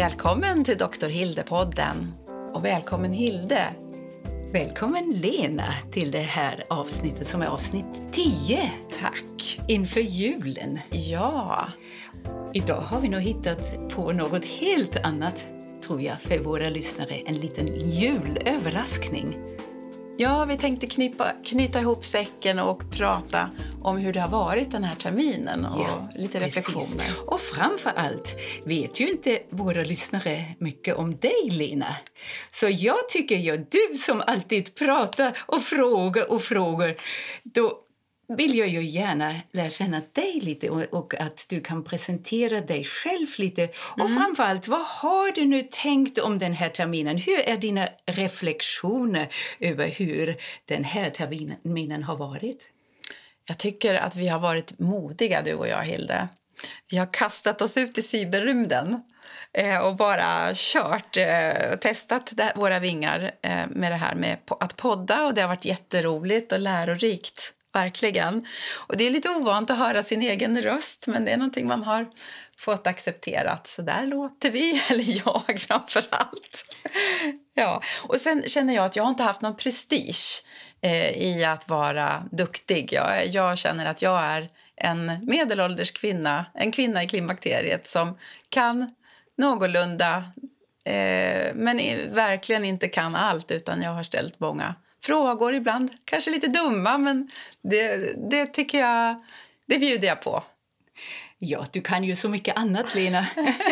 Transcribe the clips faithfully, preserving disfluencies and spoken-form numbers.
Välkommen till doktor Hilde-podden. Och välkommen Hilde. Välkommen Lena till det här avsnittet som är avsnitt tio. Tack. Inför julen. Ja. Idag har vi nog hittat på något helt annat, tror jag, för våra lyssnare. En liten julöverraskning. Ja, vi tänkte knypa, knyta ihop säcken och prata om hur det har varit den här terminen och ja, lite reflektioner. Precis. Och framför allt vet ju inte våra lyssnare mycket om dig, Lena. Så jag tycker ju, du som alltid pratar och frågar och frågar, då vill jag ju gärna lära känna dig lite och, och att du kan presentera dig själv lite. Och mm. framförallt, vad har du nu tänkt om den här terminen? Hur är dina reflektioner över hur den här terminen har varit? Jag tycker att vi har varit modiga, du och jag, Hilde. Vi har kastat oss ut i cyberrymden och bara kört och testat våra vingar med det här med att podda. Och det har varit jätteroligt och lärorikt. Verkligen. Och det är lite ovant att höra sin egen röst, men det är någonting man har fått accepterat. Så där låter vi, eller jag framför allt. Ja. Och sen känner jag att jag inte haft någon prestige eh, i att vara duktig. Jag, jag känner att jag är en medelålders kvinna, en kvinna i klimakteriet som kan någorlunda, eh, men verkligen inte kan allt, utan jag har ställt många frågor ibland, kanske lite dumma, men det, det tycker jag, det bjuder jag på. Ja, du kan ju så mycket annat, Lena.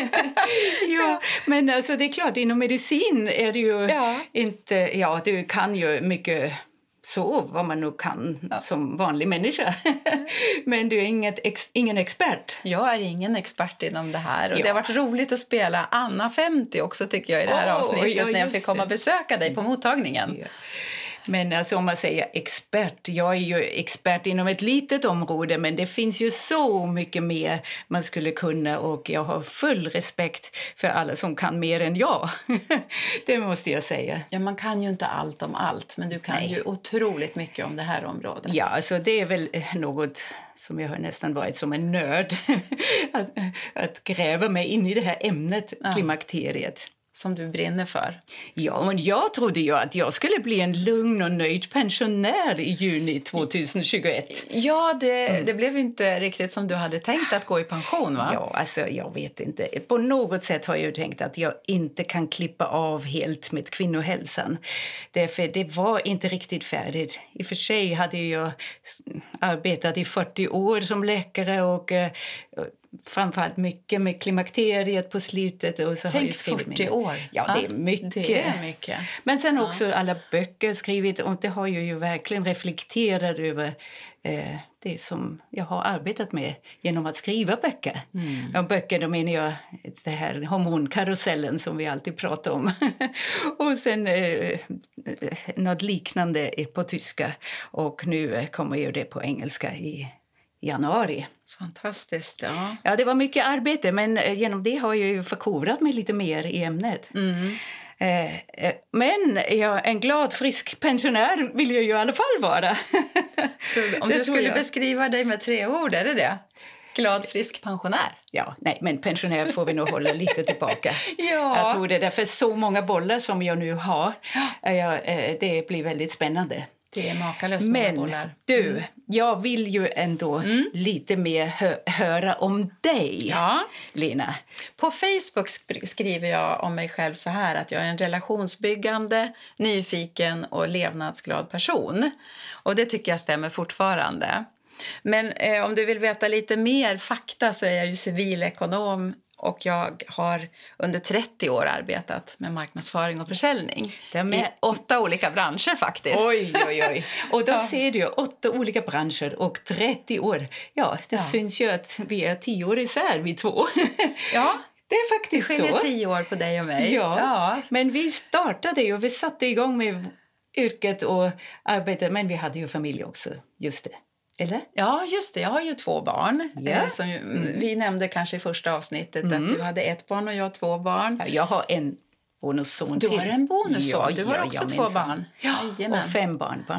ja, men alltså det är klart, inom medicin är det ju ja. inte, ja, du kan ju mycket så, vad man nu kan ja. som vanlig människa. Men du är inget ex, ingen expert. Jag är ingen expert inom det här. Och ja. det har varit roligt att spela Anna femtio också, tycker jag, i det här oh, avsnittet, ja, när jag fick komma och besöka dig på mottagningen. Ja. Men alltså om man säger expert, jag är ju expert inom ett litet område, men det finns ju så mycket mer man skulle kunna, och jag har full respekt för alla som kan mer än jag. Det måste jag säga. Ja, man kan ju inte allt om allt, men du kan Nej. ju otroligt mycket om det här området. Ja, alltså det är väl något som jag har nästan varit som en nörd att, att gräva mig in i det här ämnet, ja. klimakteriet. Som du brinner för. Ja, men jag trodde ju att jag skulle bli en lugn och nöjd pensionär i juni tjugohundratjugoett. Ja, det, mm. det blev inte riktigt som du hade tänkt att gå i pension, va? Ja, alltså jag vet inte. På något sätt har jag ju tänkt att jag inte kan klippa av helt med kvinnohälsan. Därför det var inte riktigt färdigt. I och för sig hade jag arbetat i fyrtio år som läkare och framförallt mycket med klimakteriet på slutet. Och så Tänk har jag skrivit fyrtio mina... år. Ja, det är mycket. Det är mycket. Men sen också ja. alla böcker skrivit, och det har jag ju verkligen reflekterat över eh, det som jag har arbetat med genom att skriva böcker. Mm. Ja, böcker, då menar jag det här hormonkarusellen som vi alltid pratar om. Och sen eh, något liknande på tyska, och nu kommer ju det på engelska i januari. Fantastiskt, ja. Ja, det var mycket arbete, men genom det har jag ju förkovrat mig lite mer i ämnet. Mm. Eh, men ja, en glad, frisk pensionär vill jag ju i alla fall vara. Så om du skulle jag. beskriva dig med tre ord, är det det? Glad, frisk pensionär. Ja, nej, men pensionär får vi nog hålla lite tillbaka. ja. Jag tror det är därför så många bollar som jag nu har. Eh, det blir väldigt spännande. Det är makalöst många bollar. Men du, mm. jag vill ju ändå mm. lite mer hö- höra om dig, ja. Lena. På Facebook skriver jag om mig själv så här, att jag är en relationsbyggande, nyfiken och levnadsglad person. Och det tycker jag stämmer fortfarande. Men eh, om du vill veta lite mer fakta, så är jag ju civilekonom. Och jag har under trettio år arbetat med marknadsföring och försäljning. Med... I åtta olika branscher faktiskt. Oj, oj, oj. Och då ja. ser du åtta olika branscher och trettio år. Ja, det ja. syns ju att vi är tio år isär, vi två. Ja, det är faktiskt så. Det skiljer tio år på dig och mig. Ja, ja. Men vi startade och vi satte igång med yrket och arbetet. Men vi hade ju familj också, just det. Eller? Ja, just det. Jag har ju två barn. Yeah. Eh, som mm. Vi nämnde kanske i första avsnittet mm. att du hade ett barn och jag två barn. Jag har en bonusson till. Du har en bonusson. Ja, du har ja, också ja, två barn. Ja, och fem barnbarn.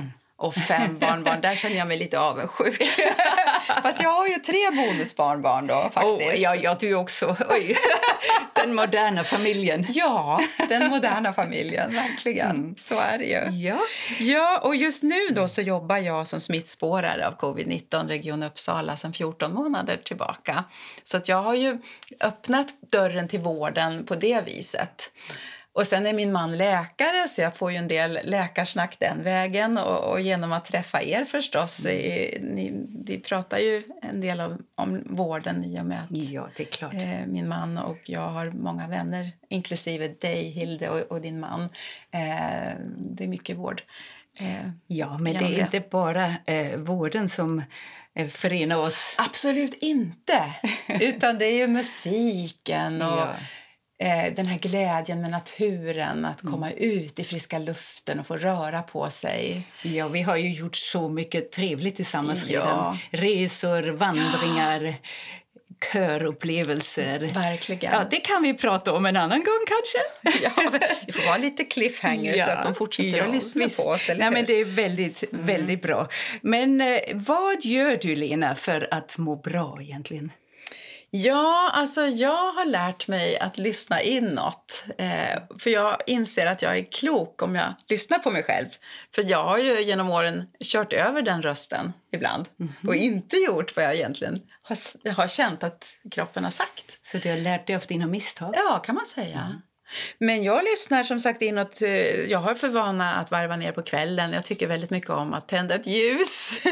Och fem barnbarn, där känner jag mig lite avundsjuk. Fast jag har ju tre bonusbarnbarn då faktiskt. Oh, ja, ja, du också. Oj. Den moderna familjen. Ja, den moderna familjen, verkligen. Mm. Så är det ju. Ja. Ja, och just nu då så jobbar jag som smittspårare av covid nitton Region Uppsala sedan fjorton månader tillbaka. Så att jag har ju öppnat dörren till vården på det viset. Och sen är min man läkare, så jag får ju en del läkarsnack den vägen. Och, och genom att träffa er förstås. Mm. I, ni, vi pratar ju en del om, om vården i och med att ja, det är klart. Eh, min man och jag har många vänner, inklusive dig, Hilde, och, och din man. Eh, det är mycket vård. Eh, ja, men det är det. Inte bara eh, vården som eh, förenar oss. Absolut inte, utan det är ju musiken och... Ja. Den här glädjen med naturen, att komma mm. ut i friska luften och få röra på sig. Ja, vi har ju gjort så mycket trevligt tillsammans ja. redan. Resor, vandringar, ja. körupplevelser. Verkligen. Ja, det kan vi prata om en annan gång kanske. Ja, vi får vara lite cliffhanger ja. så att de fortsätter ja, att lyssna visst. på oss. Eller Nej, men det är väldigt, mm. väldigt bra. Men eh, vad gör du, Lena, för att må bra egentligen? Ja, alltså jag har lärt mig att lyssna inåt. Eh, för jag inser att jag är klok om jag lyssnar på mig själv. För jag har ju genom åren kört över den rösten ibland. Mm-hmm. Och inte gjort vad jag egentligen har, har känt att kroppen har sagt. Så du har lärt dig av dina misstag? Ja, kan man säga. Mm. Men jag lyssnar som sagt inåt. Jag har för vana att varva ner på kvällen. Jag tycker väldigt mycket om att tända ett ljus.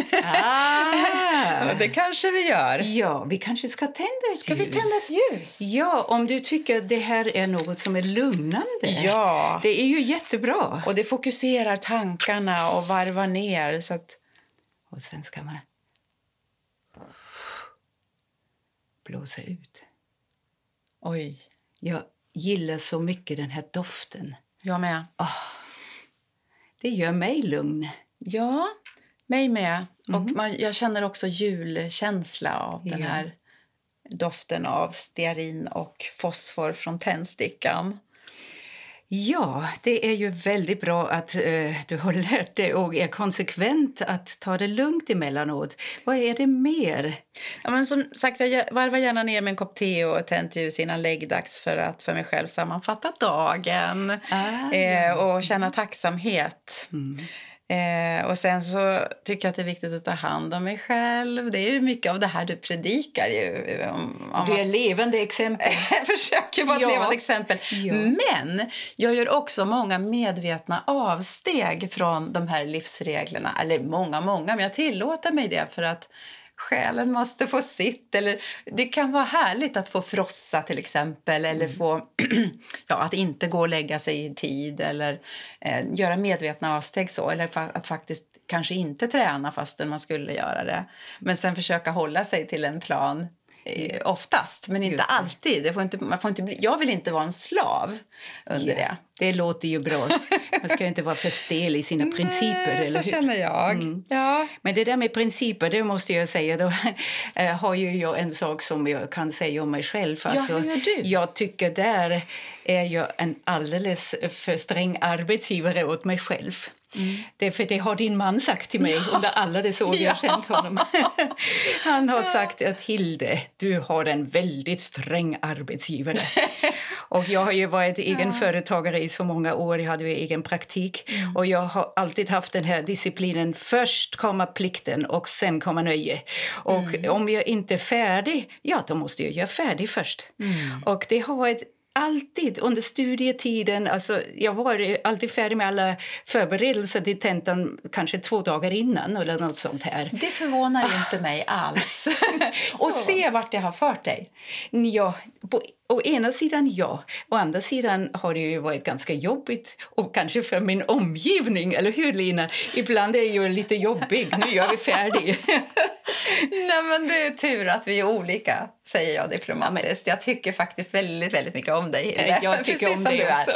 Ah. Det kanske vi gör. Ja, vi kanske ska tända ett ska ljus. Ska vi tända ett ljus? Ja, om du tycker att det här är något som är lugnande. Ja. Det är ju jättebra. Och det fokuserar tankarna och varvar ner. Så att... Och sen ska man blåsa ut. Oj. Ja. Gillar så mycket den här doften. Jag med. Oh, det gör mig lugn. Ja, mig med. Mm. Och man, jag känner också julkänsla av den ja. här doften av stearin och fosfor från tändstickan. Ja, det är ju väldigt bra att uh, du har lärt dig och är konsekvent att ta det lugnt emellanåt. Vad är det mer? Ja, men som sagt, jag varvar gärna ner med en kopp te och tänt ljus innan läggdags för att för mig själv sammanfatta dagen ah, eh, ja. och känna tacksamhet. Mm. Eh, och sen så tycker jag att det är viktigt att ta hand om mig själv. Det är ju mycket av det här du predikar ju. Om, om du är levande exempel. Jag försöker vara ett ja. levande exempel. Ja. Men jag gör också många medvetna avsteg från de här livsreglerna. Eller många, många, men jag tillåter mig det för att själen måste få sitt. Eller det kan vara härligt att få frossa till exempel. Eller mm. få, ja, att inte gå och lägga sig i tid. Eller eh, göra medvetna avsteg så. Eller fa- att faktiskt kanske inte träna fastän man skulle göra det. Men sen försöka hålla sig till en plan. Eh, oftast, men inte det. alltid. Det får inte, man får inte bli, jag vill inte vara en slav under ja, det. Det låter ju bra. Man ska inte vara för stel i sina principer. Nej, eller så känner jag. Mm. Ja. Men det där med principer, det måste jag säga. Då äh, har ju jag en sak som jag kan säga om mig själv. Alltså, ja, hur gör du? Jag tycker där är jag en alldeles för sträng arbetsgivare åt mig själv. Mm. Det, för det har din man sagt till mig ja. under alla dessa år jag har känt honom. Han har sagt att Hilde, du har en väldigt sträng arbetsgivare. Och jag har ju varit egen ja. företagare i så många år. Jag hade ju egen praktik. Mm. Och jag har alltid haft den här disciplinen. Först kommer plikten och sen kommer nöje. Och mm. om jag inte är färdig, ja då måste jag göra färdig först. Mm. Och det har varit alltid under studietiden, alltså jag var alltid färdig med alla förberedelser till tentan kanske två dagar innan eller något sånt här. Det förvånar ah. inte mig alls. Och se vart det har fört dig. Ja, på å ena sidan ja, å andra sidan har det ju varit ganska jobbigt och kanske för min omgivning, eller hur Lina? Ibland är jag lite jobbig, nu är vi färdig. Nej, men det är tur att vi är olika, säger jag diplomatiskt. Jag tycker faktiskt väldigt, väldigt mycket om dig, Hilde. Jag tycker precis om dig också.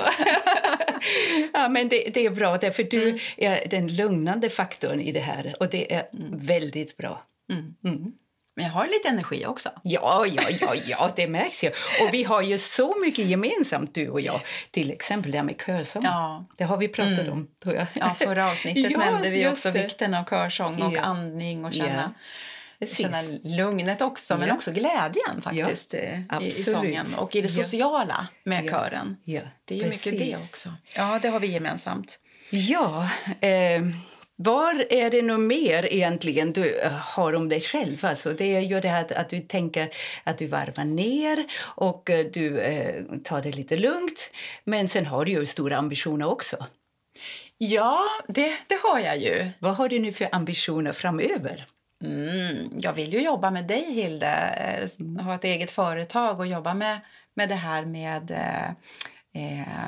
Ja, men det, det är bra, därför du mm. är den lugnande faktorn i det här. Och det är mm. väldigt bra. Mm. Mm. Men jag har lite energi också. Ja, ja, ja, ja, det märks ju. Och vi har ju så mycket gemensamt, du och jag. Till exempel det här med körsång. Ja. Det har vi pratat Mm. om, tror jag. Ja, förra avsnittet Ja, nämnde vi just också det. vikten av körsång och Ja. andning och känna, Precis. känna lugnet också, men Ja. också glädjen faktiskt Ja, i, i absolut. sången och i det Ja. sociala med Ja. kören. Ja, Det är ju mycket det precis. också. Ja, det har vi gemensamt. Ja, eh, var är det nog mer egentligen du eh, har om dig själv? Alltså, det är ju det här att, att du tänker att du varvar ner och eh, du eh, tar det lite lugnt. Men sen har du ju stora ambitioner också. Ja, det, det har jag ju. Vad har du nu för ambitioner framöver? Mm, jag vill ju jobba med dig, Hilde. Eh, Ha ett eget företag och jobba med, med det här med eh, eh,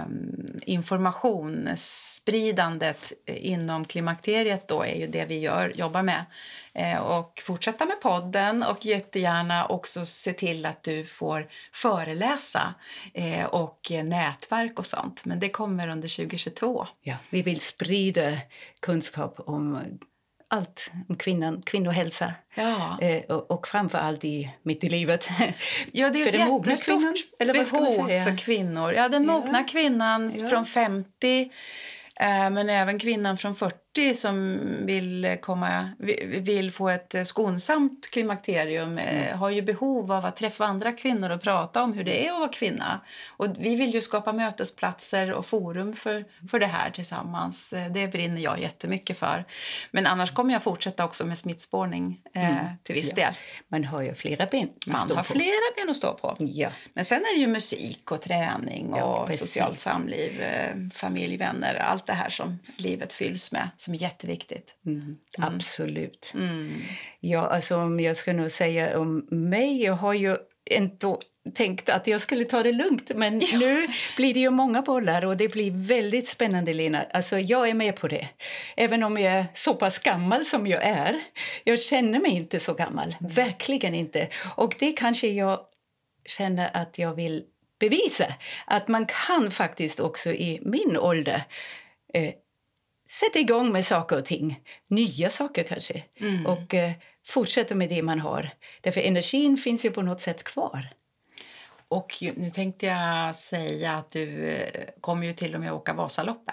informationsspridandet inom klimakteriet. Då är ju det vi gör, jobbar med. Eh, och fortsätta med podden och jättegärna också se till att du får föreläsa eh, och nätverk och sånt. Men det kommer under tjugo tjugotvå. Ja, vi vill sprida kunskap om allt om kvinnan, kvinnohälsa. Ja. Eh, och, och framför allt i mitt i livet. Ja, det är För ett den mogna jättestort kvinnan, eller vad ska man behov säga? för kvinnor. Ja, den mogna Ja. kvinnan Ja. från femtio, eh, men även kvinnan från fyrtio som vill, komma, vi- vill få ett eh, skonsamt klimakterium eh, har ju behov av att träffa andra kvinnor och prata om hur det är att vara kvinna. Och vi vill ju skapa mötesplatser och forum för, för det här tillsammans. Eh, Det brinner jag jättemycket för. Men annars kommer jag fortsätta också med smittspårning eh, till viss Ja. del. Man har ju flera ben att Man stå har på. flera ben att stå på. Ja. Men sen är det ju musik och träning och Ja, precis. socialt samliv, eh, familj, vänner, allt det här som livet fylls med, som är jätteviktigt. Mm, absolut. Mm. Ja, alltså om jag ska nog säga om mig, jag har ju ändå tänkt att jag skulle ta det lugnt, men nu blir det ju många bollar och det blir väldigt spännande, Lena. Alltså jag är med på det. Även om jag är så pass gammal som jag är. Jag känner mig inte så gammal, verkligen inte. Och det kanske jag känner att jag vill bevisa. Att man kan faktiskt också i min ålder eh, sätta igång med saker och ting. Nya saker kanske. Mm. Och eh, fortsätta med det man har. Därför energin finns ju på något sätt kvar. Och ju, nu tänkte jag säga att du eh, kommer ju till och med åka Vasaloppet.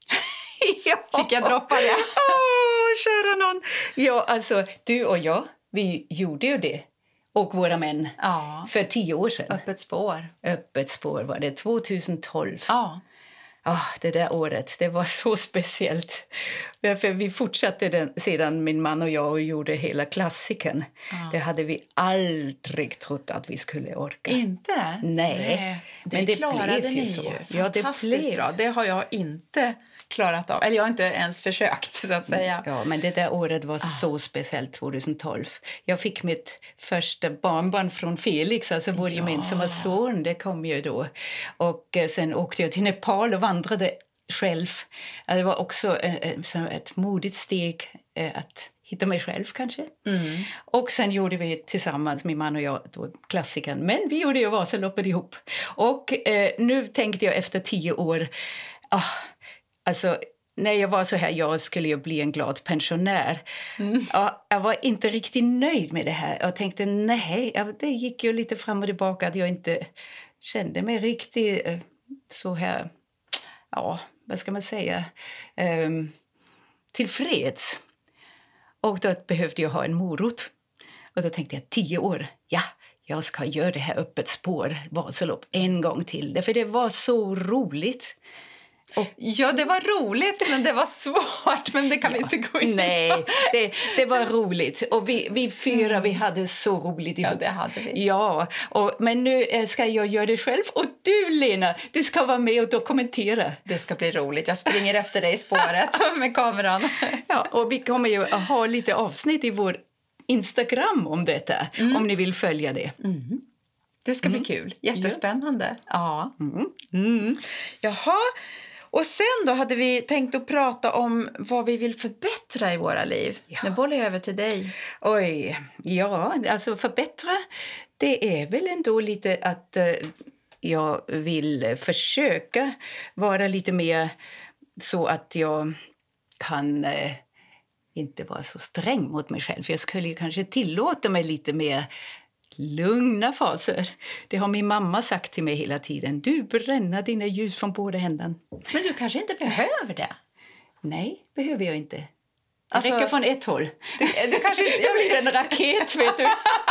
Ja. Fick jag droppa det? Åh, kära någon. Ja, alltså du och jag, vi gjorde ju det. Och våra män. Ja, För tio år sedan. öppet spår. Öppet spår var det, tjugohundratolv. Ja, Ah, det där året, det var så speciellt. För vi fortsatte den, sedan min man och jag och gjorde hela klassikern. Ja. Det hade vi aldrig trott att vi skulle orka. inte? Nej, det men det klarade blev ju ni så. ju. Ja, det Fantastiskt blev. bra. Det har jag inte klarat av. Eller jag har inte ens försökt, så att säga. Ja, men det där året var så speciellt, tjugohundratolv. Jag fick mitt första barnbarn från Felix, alltså vår Ja. gemensamma son. Det kom ju då. Och eh, sen åkte jag till Nepal och vandrade själv. Ja, det var också eh, eh, så ett modigt steg eh, att hitta mig själv kanske. Mm. Och sen gjorde vi tillsammans, min man och jag, då, klassikern. Men vi gjorde ju Vasaloppet ihop. Och eh, nu tänkte jag efter tio år, ah, alltså när jag var så här, jag skulle ju bli en glad pensionär. Mm. Ja, jag var inte riktigt nöjd med det här. Jag tänkte, nej, ja, det gick ju lite fram och tillbaka att jag inte kände mig riktigt eh, så här, ja, vad ska man säga, eh, tillfreds. Och då behövde jag ha en morot. Och då tänkte jag, tio år, ja, jag ska göra det här öppet spår, Vasalopp, en gång till. Därför det var så roligt. Och Ja, det var roligt, men det var svårt. Men det kan vi inte gå in nej, det, det var roligt. Och vi, vi fyra, mm. vi hade så roligt ihop. Ja, det hade vi. Ja, och, men nu ska jag göra det själv. Och du, Lena, du ska vara med och dokumentera. Det ska bli roligt. Jag springer efter dig i spåret med kameran. Ja, och vi kommer ju att ha lite avsnitt i vår Instagram om detta, mm. om ni vill följa det. Mm. Det ska Mm. bli kul. Jättespännande. Ja. Mm. Mm. Jaha. Och sen då hade vi tänkt att prata om vad vi vill förbättra i våra liv. Ja. Nu bollar jag över till dig. Oj, ja, alltså förbättra, det är väl ändå lite att eh, jag vill försöka vara lite mer så att jag kan, eh, inte vara så sträng mot mig själv. För jag skulle ju kanske tillåta mig lite mer lugna faser. Det har min mamma sagt till mig hela tiden. Du bränner dina ljus från båda händerna. Men du kanske inte behöver det? Nej, behöver jag inte. Det Alltså, räcker från ett håll. Du, du kanske inte... Jag blir en raket, vet du.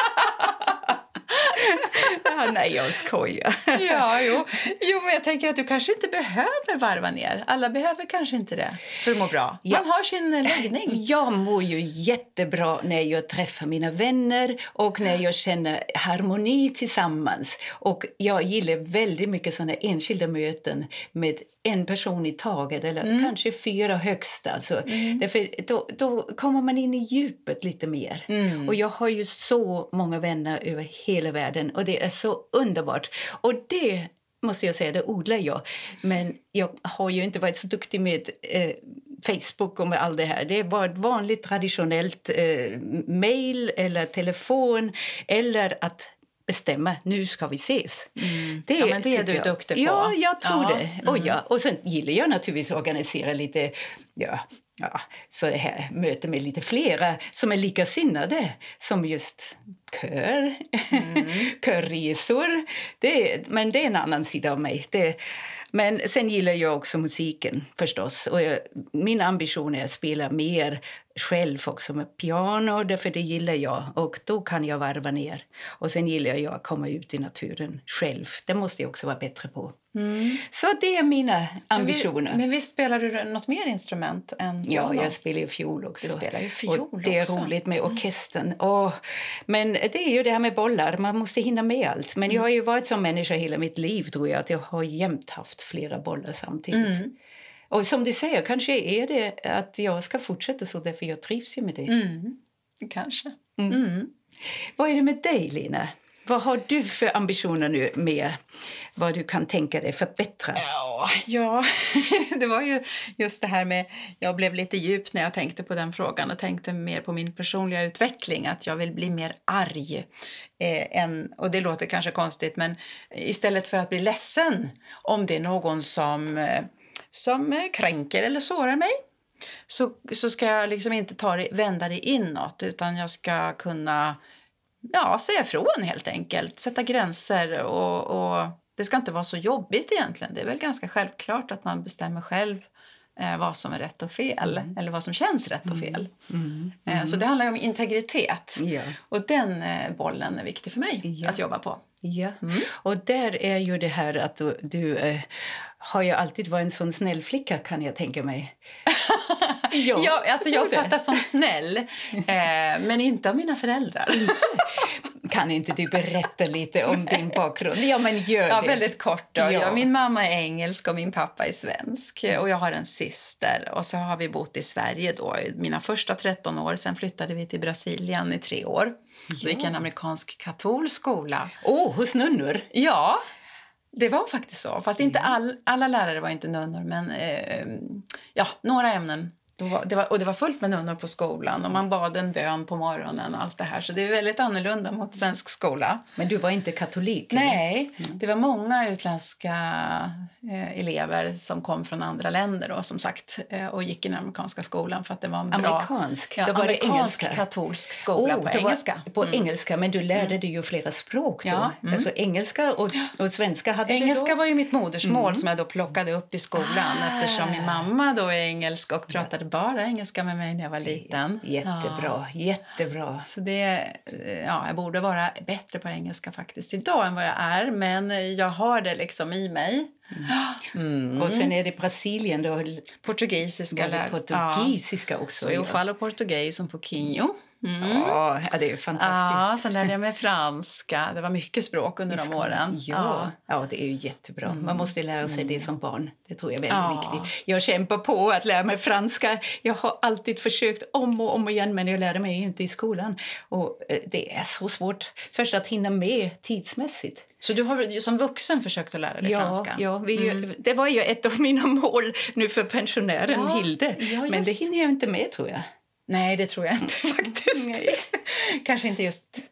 Ja, nej, jag skojar. Ja, jo. jo, men jag tänker att du kanske inte behöver varva ner. Alla behöver kanske inte det för att må bra. Man Ja. har sin läggning. Jag mår ju jättebra när jag träffar mina vänner och när jag känner harmoni tillsammans. Och jag gillar väldigt mycket sådana enskilda möten med en person i taget eller mm. kanske fyra högst. Alltså. Mm. Därför då, då kommer man in i djupet lite mer. Mm. Och jag har ju så många vänner över hela världen och det är så underbart. Och det måste jag säga, det odlar jag. Men jag har ju inte varit så duktig med eh, Facebook och med allt det här. Det är bara ett vanligt traditionellt eh, mail eller telefon eller att bestämma, nu ska vi ses. Mm. Det, ja, men det är du jag. duktig på. Ja, jag tror ja. det. Mm. Och, ja. och sen gillar jag naturligtvis att organisera lite, ja, ja, så det här möte med lite flera som är likasinnade som just kör, mm. körresor. Det, men det är en annan sida av mig. Det, men sen gillar jag också musiken förstås. Och jag, min ambition är att spela mer själv också med piano, därför det gillar jag. Och då kan jag varva ner. Och sen gillar jag att komma ut i naturen själv. Det måste jag också vara bättre på. Mm. Så det är mina ambitioner. Men, vi, men visst spelar du något mer instrument än piano? Ja, jag spelar ju fiol också. Du spelar ju fiol och det är också. roligt med orkestern. Oh, men det är ju det här med bollar. Man måste hinna med allt. Men mm. jag har ju varit som människa hela mitt liv, tror jag. Att jag har jämt haft flera bollar samtidigt. Mm. Och som du säger, kanske är det att jag ska fortsätta så därför jag trivs med det. Mm. Kanske. Mm. Mm. Vad är det med dig, Lina? Vad har du för ambitioner nu med vad du kan tänka dig förbättra? Ja, ja, det var ju just det här med... Jag blev lite djup när jag tänkte på den frågan och tänkte mer på min personliga utveckling. Att jag vill bli mer arg. Eh, än, och det låter kanske konstigt, men istället för att bli ledsen om det är någon som, eh, som kränker eller sårar mig. Så, så ska jag liksom inte ta det, vända det inåt, utan jag ska kunna... Ja, säga ifrån helt enkelt. Sätta gränser och, och det ska inte vara så jobbigt egentligen. Det är väl ganska självklart att man bestämmer själv eh, vad som är rätt och fel. Mm. Eller vad som känns rätt och fel. Mm. Mm. Eh, så det handlar ju om integritet. Ja. Och den eh, bollen är viktig för mig ja. att jobba på. Ja, mm. och där är ju det här att du, du eh, har ju alltid varit en sån snäll flicka, kan jag tänka mig. ja, ja, alltså jag uppfattas som snäll, eh, men inte av mina föräldrar. Kan inte du berätta lite om din bakgrund? Ja, men gör ja, det. Väldigt kort då. Ja. Ja, min mamma är engelsk och min pappa är svensk. Och jag har en syster. Och så har vi bott i Sverige då mina första tretton år. Sen flyttade vi till Brasilien i tre år. Ja. Då gick jag en amerikansk katolsk skola. Åh, oh, hos nunnor? Ja, det var faktiskt så. Fast inte all, alla lärare var inte nunnor. Men eh, ja, några ämnen. Det var, och det var fullt med nunnor på skolan och man bad en bön på morgonen och allt det här. Så det är väldigt annorlunda mot svensk skola. Men du var inte katolik? Nej, mm. det var många utländska eh, elever som kom från andra länder då, som sagt, eh, och gick i den amerikanska skolan för att det var en bra... Amerikansk? Ja, då var amerikansk det engelska. katolsk skola oh, på engelska. På mm. engelska, men du lärde mm. dig ju flera språk då. Ja. Mm. Alltså engelska och, och svenska hade engelska du då? var ju mitt modersmål mm. som jag då plockade upp i skolan ah. eftersom min mamma då är engelsk och pratade bara engelska med mig när jag var liten. Jättebra, ja. jättebra. Så det, ja, jag borde vara bättre på engelska faktiskt idag än vad jag är, men jag har det liksom i mig. Mm. Mm. Och sen är det Brasilien då. Portugisiska lär. Portugisiska ja. också. Så jag falo português um pouquinho. Mm. Ja, det är fantastiskt. Ja, sen lärde jag mig franska. Det var mycket språk under de åren. Ja, ja. ja det är ju jättebra. Mm. Man måste lära sig det som barn. Det tror jag är väldigt ja. viktigt. Jag kämpar på att lära mig franska. Jag har alltid försökt om och om igen, men jag lärde mig inte i skolan. Och det är så svårt först att hinna med tidsmässigt. Så du har som vuxen försökt att lära dig ja, franska? Ja, vi, mm. det var ju ett av mina mål nu för pensionären ja, Hilde. Ja, men det hinner jag inte med, tror jag. Nej, det tror jag inte faktiskt. Nej. Kanske inte just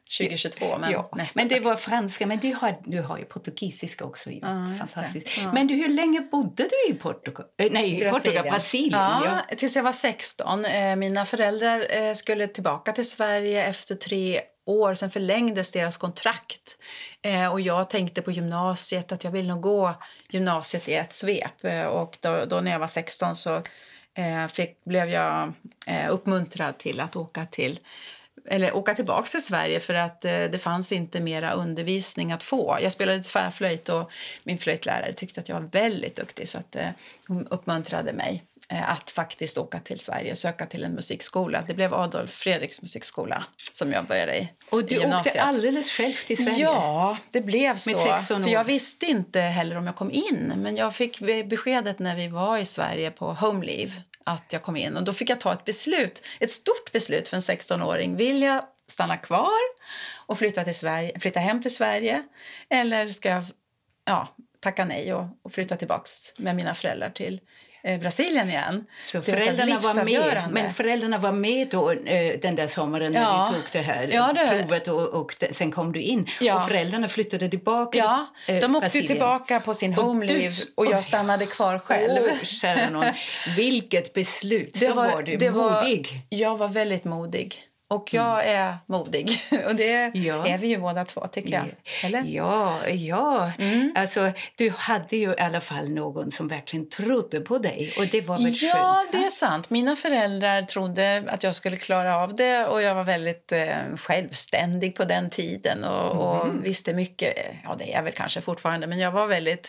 tjugohitjugotvå, men ja. nästan. Men det var franska, men du har, du har ju portugisiska också. Ja, fantastiskt. Ja. Men du, hur länge bodde du i Portugal? Nej, Brasilien. Portugal, Brasilien. Ja, ja, tills jag var sexton. Mina föräldrar skulle tillbaka till Sverige efter tre år. Sen förlängdes deras kontrakt. Och jag tänkte på gymnasiet att jag vill nog gå gymnasiet i ett svep. Och då, då när jag var sexton så fick, blev jag uppmuntrad till att åka till eller åka tillbaka till Sverige för att eh, det fanns inte mera undervisning att få. Jag spelade tvärflöjt och min flöjtlärare tyckte att jag var väldigt duktig så att eh, hon uppmuntrade mig eh, att faktiskt åka till Sverige och söka till en musikskola. Det blev Adolf Fredriks musikskola som jag började i. Och du i åkte alldeles själv till Sverige? Ja, det blev så. Med sexton år. För jag visste inte heller om jag kom in, men jag fick beskedet när vi var i Sverige på home leave att jag kom in. Och då fick jag ta ett beslut, ett stort beslut för en sexton-åring. Vill jag stanna kvar och flytta, till Sverige, flytta hem till Sverige? Eller ska jag ja, tacka nej och, och flytta tillbaka med mina föräldrar till eh, Brasilien igen? Så föräldrarna var med, men föräldrarna var med då eh, den där sommaren när ja. du tog det här ja, det... provet och, och det, sen kom du in. Ja. Och föräldrarna flyttade tillbaka. Ja, eh, de åkte Brasilien. tillbaka på sin home leave och, och jag stannade kvar själv. Oh, kära någon. Vilket beslut. Det då var, var du det modig. Var, jag var väldigt modig. Och jag mm. är modig. Och det ja. är vi ju båda två, tycker jag. Eller? Ja, ja. Mm. Alltså, du hade ju i alla fall någon som verkligen trodde på dig. Och det var väl ja, skönt? Ja, det är sant. Mina föräldrar trodde att jag skulle klara av det. Och jag var väldigt eh, självständig på den tiden. Och, mm. och visste mycket. Ja, det är jag väl kanske fortfarande. Men jag var väldigt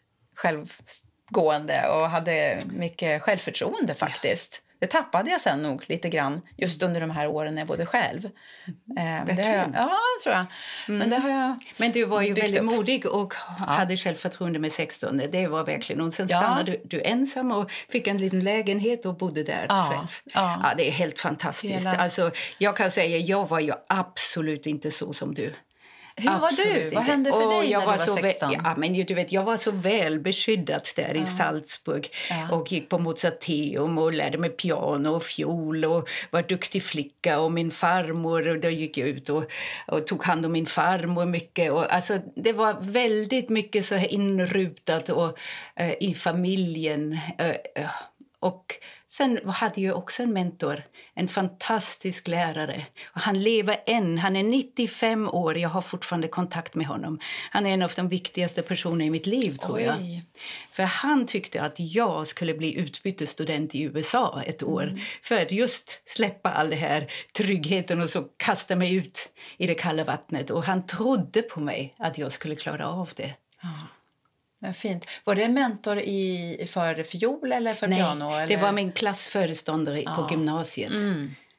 självgående och hade mycket självförtroende faktiskt. Ja. Det tappade jag sen nog lite grann just under de här åren när jag bodde själv. Mm, eh, det har jag, ja, tror jag. Mm. Men det har jag Men du var ju väldigt upp. modig och ja. hade självförtroende med sexton. Det var verkligen. Och sen ja. stannade du, du ensam och fick en liten lägenhet och bodde där ja. själv. Ja. Ja, det är helt fantastiskt. Hela. Alltså, jag kan säga, jag var ju absolut inte så som du. Hur Absolut var du? Inte. Vad hände för oh, dig jag när var du var så sexton? Ja, men du vet, jag var så väl beskyddad där ja. i Salzburg ja. och gick på Mozarteum och lärde mig piano och fiol och var duktig flicka och min farmor och då gick jag ut och, och tog hand om min farmor mycket och alltså det var väldigt mycket så här inrutat och uh, i familjen uh, uh, och sen hade jag också en mentor, en fantastisk lärare. Och han lever än, han är nittiofem år, jag har fortfarande kontakt med honom. Han är en av de viktigaste personerna i mitt liv, tror Oj. jag. För han tyckte att jag skulle bli utbytesstudent i U S A ett år. Mm. För att just släppa all det här tryggheten och så kasta mig ut i det kalla vattnet. Och han trodde på mig att jag skulle klara av det. Ja. Ja, fint. Var det en mentor i, för fiol eller för Nej, piano? Nej, eller? det var min klassföreståndare ja. på gymnasiet. Mm.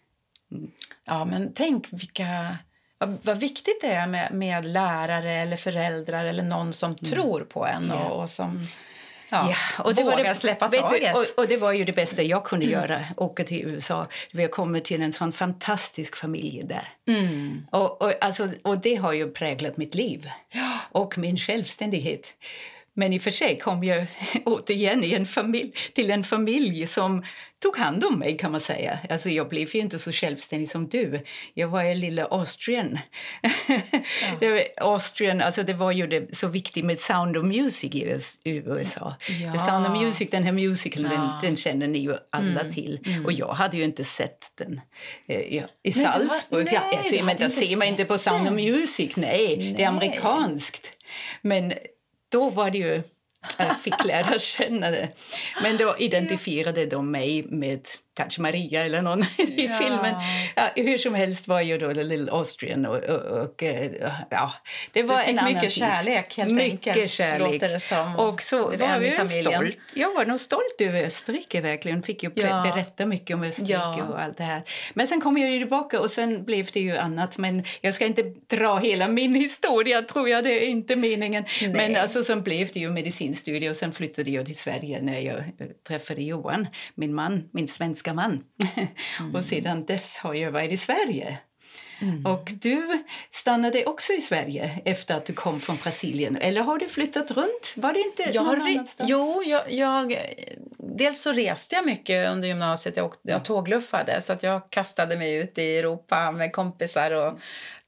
Mm. Ja, men tänk vilka, vad, vad viktigt det är med, med lärare eller föräldrar eller någon som mm. tror på en och, och som ja, ja, och det vågar var det, släppa taget. Du, och, och det var ju det bästa jag kunde göra, åka till U S A. Vi har kommit till en sån fantastisk familj där. Mm. Och, och, alltså, och det har ju präglat mitt liv ja. och min självständighet. Men i och för sig kom jag återigen i en familj, till en familj som tog hand om mig, kan man säga. Alltså jag blev ju inte så självständig som du. Jag var en lilla Austrian. Ja. det var Austrian, alltså det var ju det, så viktigt med Sound of Music i U S A. Ja. Sound of Music, den här musicalen, ja. den, den känner ni ju alla mm. till. Mm. Och jag hade ju inte sett den eh, ja, i men Salzburg. Var, nej, ja, alltså, men där ser man inte på Sound den. of Music, nej, nej. Det är amerikanskt. Men då var det ju, jag fick lära känna det. Men då identifierade de mig med kanske Maria eller någon i ja. filmen. Ja, hur som helst var ju då The Little Austrian. Och, och, och, ja, det var du fick en annan mycket tid. kärlek helt mycket enkelt. Kärlek. Det som och så var jag stolt. Jag var nog stolt över Österrike verkligen. Fick ju ja. berätta mycket om Österrike ja. och allt det här. Men sen kom jag ju tillbaka och sen blev det ju annat. Men jag ska inte dra hela min historia, tror jag. Det är inte meningen. Nej. Men alltså sen blev det ju medicinstudie och sen flyttade jag till Sverige när jag träffade Johan, min man, min svenska man. Mm. Och sedan dess har jag varit i Sverige. Mm. Och du stannade också i Sverige efter att du kom från Brasilien. Eller har du flyttat runt? Var det inte jag någon har, annanstans? Jo, jag, jag, dels så reste jag mycket under gymnasiet. Jag, åkte, jag tågluffade så att jag kastade mig ut i Europa med kompisar och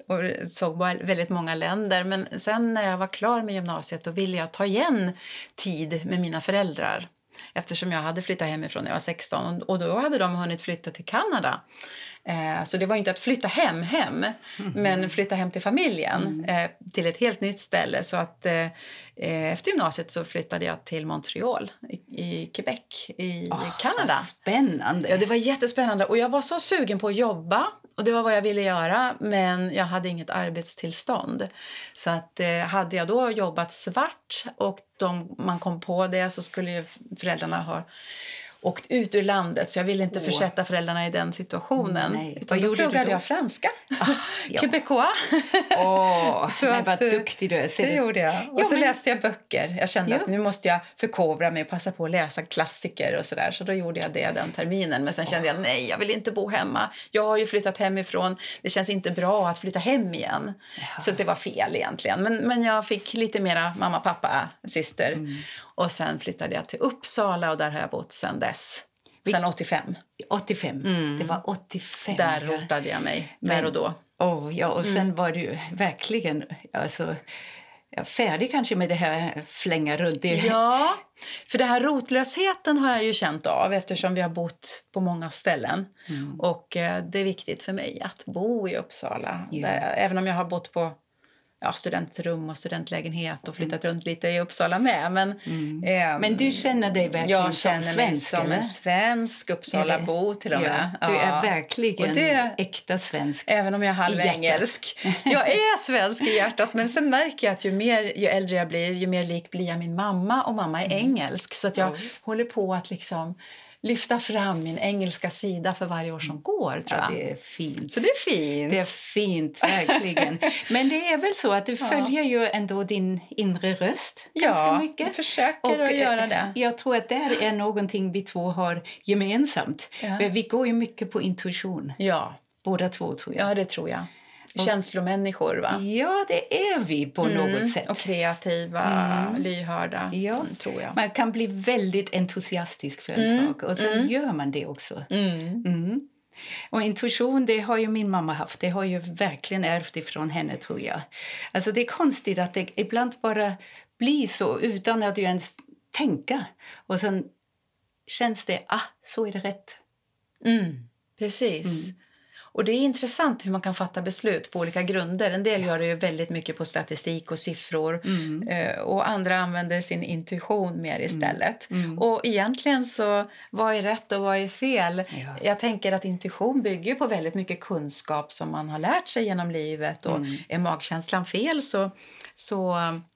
och såg väldigt många länder. Men sen när jag var klar med gymnasiet då ville jag ta igen tid med mina föräldrar. Eftersom jag hade flyttat hemifrån när jag var sexton. Och då hade de hunnit flytta till Kanada. Eh, så det var inte att flytta hem hem. Mm. Men flytta hem till familjen. Mm. Eh, till ett helt nytt ställe. Så att eh, efter gymnasiet så flyttade jag till Montreal. I, i Quebec i oh, Kanada. Spännande. Ja, det var jättespännande. Och jag var så sugen på att jobba. Och det var vad jag ville göra. Men jag hade inget arbetstillstånd. Så att eh, hade jag då jobbat svart. Och de, man kom på det så skulle ju föräldrarna ha åkt ut ur landet. Så jag ville inte oh. försätta föräldrarna i den situationen. Nej. Utan då pluggade jag franska. Ah, ja. Quebecois. Åh, oh, men vad duktig du är. Det, det gjorde jag. Och ja, så men... läste jag böcker. Jag kände ja. att nu måste jag förkovra mig och passa på att läsa klassiker och sådär. Så då gjorde jag det den terminen. Men sen kände jag, nej, jag vill inte bo hemma. Jag har ju flyttat hemifrån. Det känns inte bra att flytta hem igen. Ja. Så det var fel egentligen. Men, men jag fick lite mera mamma, pappa, syster. Mm. Och sen flyttade jag till Uppsala och där har jag bott sedan dess. Sen åttiofem. åttiofem. Mm. Det var åttiofem. Där rotade jag mig. Men, där och då. Oh, ja, och sen mm. var du verkligen alltså, ja, färdig kanske med det här flänga runt. Det. Ja, för det här rotlösheten har jag ju känt av eftersom vi har bott på många ställen. Mm. Och eh, det är viktigt för mig att bo i Uppsala. Ja. Där, även om jag har bott på ja, studentrum och studentlägenhet och flyttat mm. runt lite i Uppsala med. Men, mm. eh, men du känner dig verkligen jag som svensk? Jag känner mig som eller? en svensk Uppsalabo till och med. Ja, du är ja. verkligen det, äkta svensk. Även om jag är halvengelsk. Jag är svensk i hjärtat, men sen märker jag att ju, mer, ju äldre jag blir, ju mer lik blir jag min mamma. Och mamma är mm. engelsk, så att jag mm. håller på att liksom lyfta fram min engelska sida för varje år som går, tror jag. Ja, det är fint. Så det är fint. Det är fint, verkligen. Men det är väl så att du ja. följer ju ändå din inre röst ganska ja, mycket. Jag försöker och, att göra det. Jag tror att det är någonting vi två har gemensamt. Ja. Vi går ju mycket på intuition. Ja. Båda två, tror jag. Ja, det tror jag. Känslomänniskor, va? Ja, det är vi på mm. något sätt. Och kreativa, mm. lyhörda, ja. mm, tror jag. Man kan bli väldigt entusiastisk för en mm. sak. Och sen mm. gör man det också. Mm. Mm. Och intuition, det har ju min mamma haft. Det har ju verkligen ärvt ifrån henne, tror jag. Alltså det är konstigt att det ibland bara blir så utan att du ens tänka. Och sen känns det, ah, så är det rätt. Mm. Precis. Mm. Och det är intressant hur man kan fatta beslut på olika grunder. En del gör det ju väldigt mycket på statistik och siffror. Mm. Och andra använder sin intuition mer istället. Mm. Mm. Och egentligen så, vad är rätt och vad är fel? Ja. Jag tänker att intuition bygger på väldigt mycket kunskap som man har lärt sig genom livet. Och mm. är magkänslan fel så, så,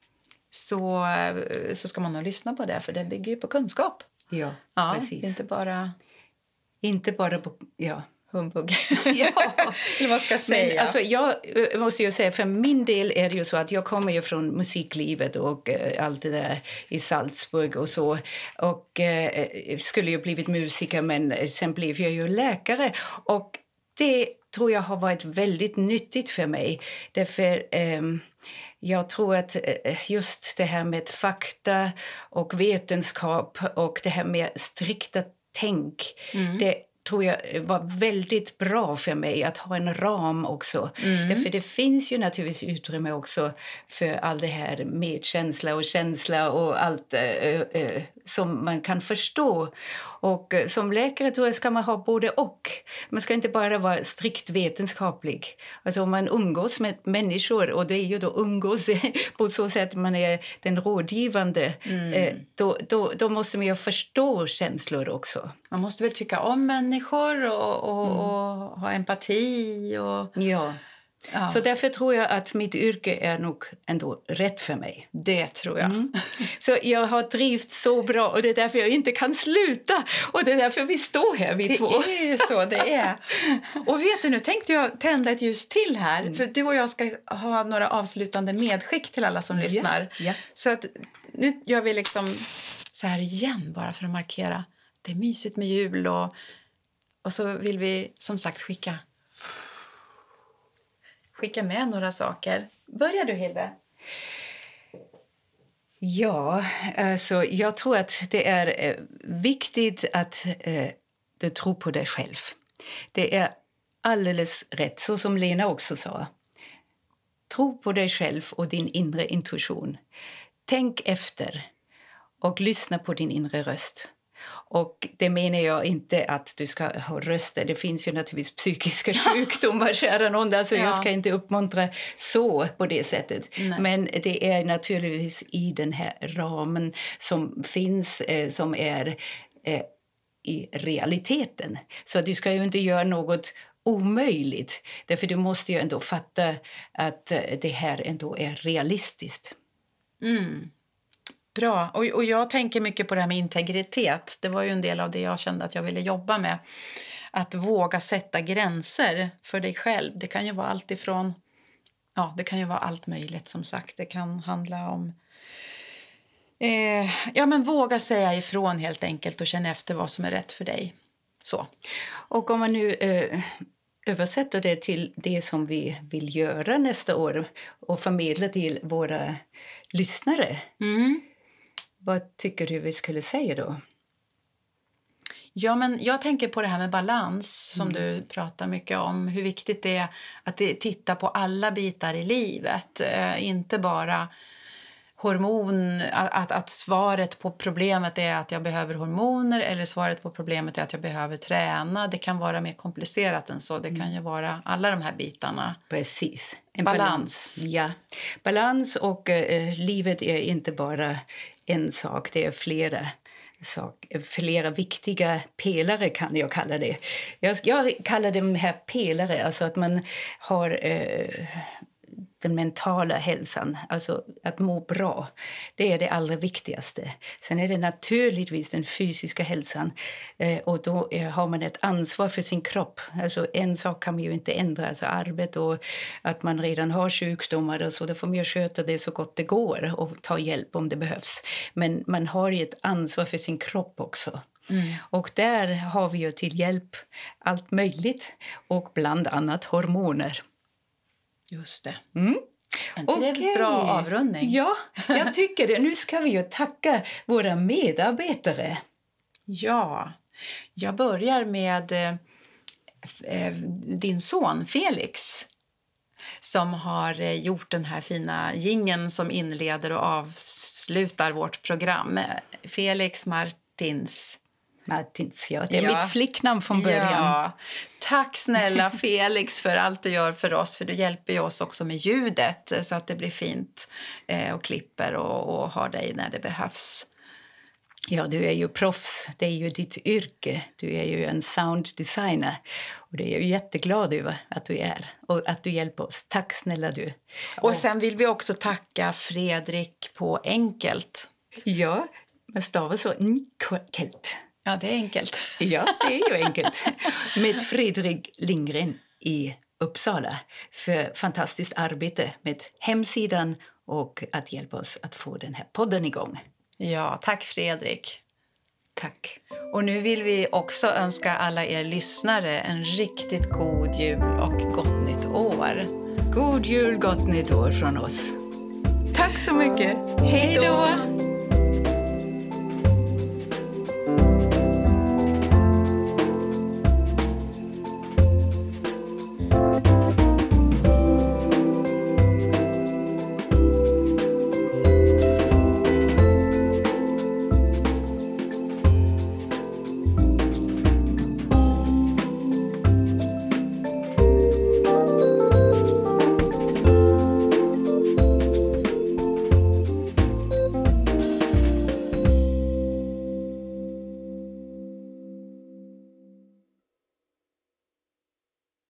så, så ska man nog lyssna på det. För det bygger ju på kunskap. Ja, ja precis. Inte bara... Inte bara på... Ja. Humbug. Ja. Eller vad ska jag säga? Men, alltså, jag måste ju säga, för min del är det ju så att jag kommer ju från musiklivet och uh, allt det där i Salzburg och så. Och uh, skulle ju blivit musiker, men sen blev jag ju läkare. Och det tror jag har varit väldigt nyttigt för mig. Därför um, jag tror att uh, just det här med fakta och vetenskap och det här med strikta tänk, mm. det tror jag var väldigt bra för mig att ha en ram också. Mm. Därför det finns ju naturligtvis utrymme också för all det här medkänsla och känsla och allt äh, äh, som man kan förstå. Och äh, som läkare tror jag ska man ha både och. Man ska inte bara vara strikt vetenskaplig. Alltså om man umgås med människor, och det är ju då umgås på så sätt man är den rådgivande, mm. äh, då, då, då måste man ju förstå känslor också. Man måste väl tycka om människor och, och, mm. och ha empati. Och... Ja. ja, så därför tror jag att mitt yrke är nog ändå rätt för mig. Det tror jag. Mm. Så jag har drivit så bra och det är därför jag inte kan sluta. Och det är därför vi står här, vi det två. Det är ju så, det är. Och vet du, nu tänkte jag tända ett ljus till här. Mm. För du och jag ska ha några avslutande medskick till alla som ja. lyssnar. Ja. Så att nu gör vi liksom så här igen bara för att markera. Det är mysigt med jul och, och så vill vi som sagt skicka, skicka med några saker. Börjar du, Hilde? Ja, alltså jag tror att det är eh, viktigt att eh, du tror på dig själv. Det är alldeles rätt, så som Lena också sa. Tro på dig själv och din inre intuition. Tänk efter och lyssna på din inre röst. Och det menar jag inte att du ska ha röster. Det finns ju naturligtvis psykiska sjukdomar, kära någon. Alltså ja. Jag ska inte uppmuntra så på det sättet. Nej. Men det är naturligtvis i den här ramen som finns, eh, som är eh, i realiteten. Så du ska ju inte göra något omöjligt. Därför du måste ju ändå fatta att det här ändå är realistiskt. Mm. Bra. Och, och jag tänker mycket på det här med integritet. Det var ju en del av det jag kände att jag ville jobba med. Att våga sätta gränser för dig själv. Det kan ju vara allt ifrån... Ja, det kan ju vara allt möjligt som sagt. Det kan handla om... Eh, ja, men våga säga ifrån helt enkelt och känna efter vad som är rätt för dig. Så. Och om man nu eh, översätter det till det som vi vill göra nästa år och förmedla till våra lyssnare. Mm. Vad tycker du vi skulle säga då? Ja, men jag tänker på det här med balans som mm. du pratar mycket om. Hur viktigt det är att titta på alla bitar i livet. Eh, inte bara hormon, att, att svaret på problemet är att jag behöver hormoner eller svaret på problemet är att jag behöver träna. Det kan vara mer komplicerat än så. Det kan ju vara alla de här bitarna. Precis. En balans. balans. Ja. Balans och eh, livet är inte bara en sak. Det är flera sak, flera viktiga pelare kan jag kalla det. Jag, jag kallar dem här pelare, alltså att man har... Eh, den mentala hälsan, alltså att må bra, det är det allra viktigaste. Sen är det naturligtvis den fysiska hälsan eh, och då är, har man ett ansvar för sin kropp. Alltså en sak kan man ju inte ändra, alltså arbete och att man redan har sjukdomar och så, då får man ju sköta det så gott det går och ta hjälp om det behövs. Men man har ju ett ansvar för sin kropp också. Mm. Och där har vi ju till hjälp allt möjligt och bland annat hormoner. Just det. Mm. Inte okay. Det är bra avrundning. Ja, jag tycker det. Nu ska vi ju tacka våra medarbetare. Ja, jag börjar med eh, din son Felix som har gjort den här fina jingeln som inleder och avslutar vårt program. Felix Martins. Martins, ja. Det är ja. mitt flicknamn från början. Ja. Tack snälla Felix för allt du gör för oss. För du hjälper ju oss också med ljudet så att det blir fint eh, och klipper och, och har dig när det behövs. Ja, du är ju proffs. Det är ju ditt yrke. Du är ju en sound designer. Och det är jag jätteglad över att du är. Och att du hjälper oss. Tack snälla du. Och sen vill vi också tacka Fredrik på enkelt. Ja, man stavar så enkelt. Ja, det är enkelt. Ja, det är ju enkelt. Med Fredrik Lindgren i Uppsala för fantastiskt arbete med hemsidan och att hjälpa oss att få den här podden igång. Ja, tack Fredrik. Tack. Och nu vill vi också önska alla er lyssnare en riktigt god jul och gott nytt år. God jul, gott nytt år från oss. Tack så mycket. Hej då!